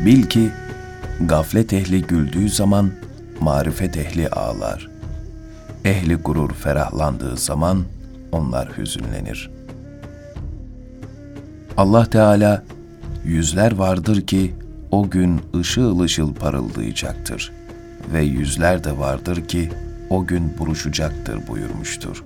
Bil ki gaflet ehli güldüğü zaman marifet ehli ağlar. Ehli gurur ferahlandığı zaman onlar hüzünlenir. Allah Teala yüzler vardır ki o gün ışıl ışıl parıldayacaktır ve yüzler de vardır ki o gün buruşacaktır buyurmuştur.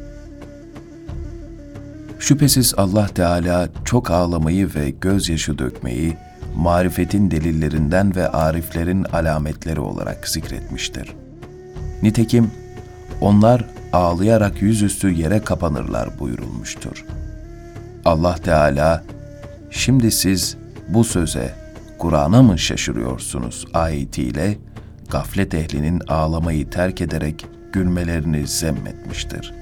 Şüphesiz Allah Teala çok ağlamayı ve gözyaşı dökmeyi marifetin delillerinden ve ariflerin alametleri olarak zikretmiştir. Nitekim onlar ağlayarak yüzüstü yere kapanırlar buyurulmuştur. Allah Teala, şimdi siz bu söze, Kur'an'a mı şaşırıyorsunuz ayetiyle gaflet ehlinin ağlamayı terk ederek gülmelerini zemmetmiştir.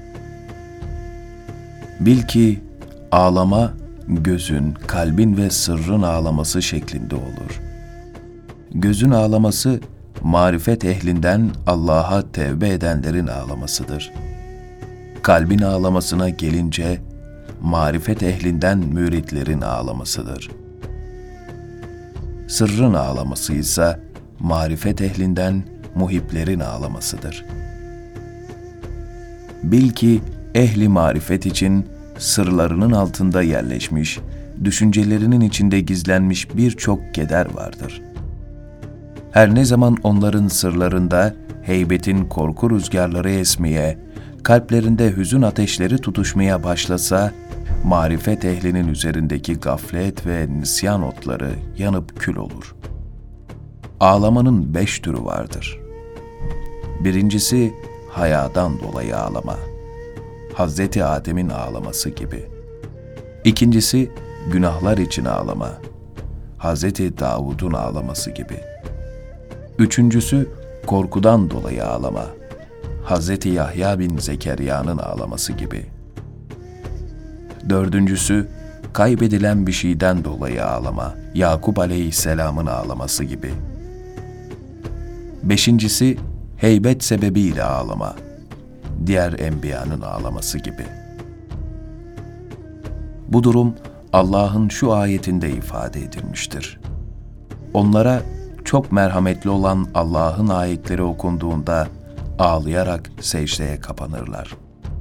Bil ki ağlama, gözün, kalbin ve sırrın ağlaması şeklinde olur. Gözün ağlaması, marifet ehlinden Allah'a tevbe edenlerin ağlamasıdır. Kalbin ağlamasına gelince, marifet ehlinden müritlerin ağlamasıdır. Sırrın ağlaması ise marifet ehlinden muhiplerin ağlamasıdır. Bil ki ehli marifet için sırlarının altında yerleşmiş, düşüncelerinin içinde gizlenmiş birçok keder vardır. Her ne zaman onların sırlarında heybetin korku rüzgarları esmeye, kalplerinde hüzün ateşleri tutuşmaya başlasa, marifet ehlinin üzerindeki gaflet ve nisyan otları yanıp kül olur. Ağlamanın 5 türü vardır. Birincisi, hayadan dolayı ağlama. Hazreti Adem'in ağlaması gibi. İkincisi, günahlar için ağlama. Hazreti Davud'un ağlaması gibi. Üçüncüsü, korkudan dolayı ağlama. Hazreti Yahya bin Zekeriya'nın ağlaması gibi. Dördüncüsü, kaybedilen bir şeyden dolayı ağlama. Yakup aleyhisselamın ağlaması gibi. Beşincisi, heybet sebebiyle ağlama. Diğer enbiyanın ağlaması gibi. Bu durum Allah'ın şu ayetinde ifade edilmiştir. Onlara çok merhametli olan Allah'ın ayetleri okunduğunda ağlayarak secdeye kapanırlar.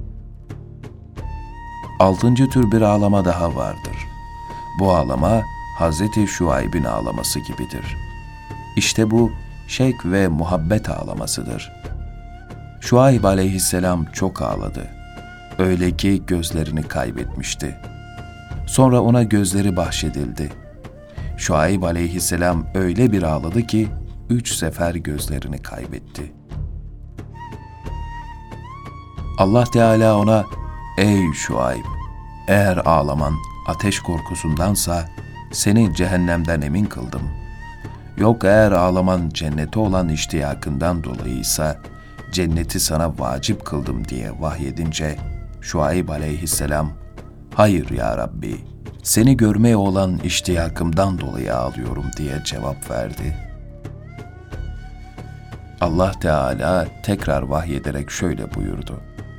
6. tür bir ağlama daha vardır. Bu ağlama Hazreti Şuayb'in ağlaması gibidir. İşte bu şevk ve muhabbet ağlamasıdır. Şuayb aleyhisselam çok ağladı. Öyle ki gözlerini kaybetmişti. Sonra ona gözleri bahşedildi. Şuayb aleyhisselam öyle bir ağladı ki 3 sefer gözlerini kaybetti. Allah Teala ona, "Ey Şuayb, eğer ağlaman ateş korkusundansa seni cehennemden emin kıldım. Yok eğer ağlaman cennete olan iştiyakından dolayıysa cenneti sana vacip kıldım" diye vahyedince Şuayb aleyhisselam, "Hayır ya Rabbi, seni görmeye olan iştiyakımdan dolayı ağlıyorum" diye cevap verdi. Allah Teala tekrar vahyederek şöyle buyurdu: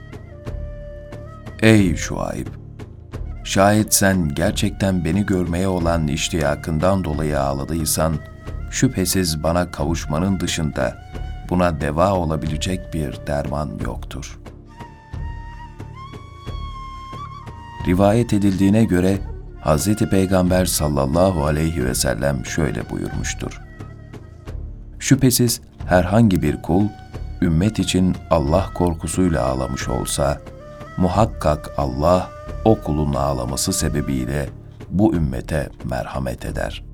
"Ey Şuayb, şayet sen gerçekten beni görmeye olan iştiyakından dolayı ağladıysan, şüphesiz bana kavuşmanın dışında buna deva olabilecek bir derman yoktur." Rivayet edildiğine göre Hz. Peygamber sallallahu aleyhi ve sellem şöyle buyurmuştur: "Şüphesiz herhangi bir kul, ümmet için Allah korkusuyla ağlamış olsa, muhakkak Allah o kulun ağlaması sebebiyle bu ümmete merhamet eder."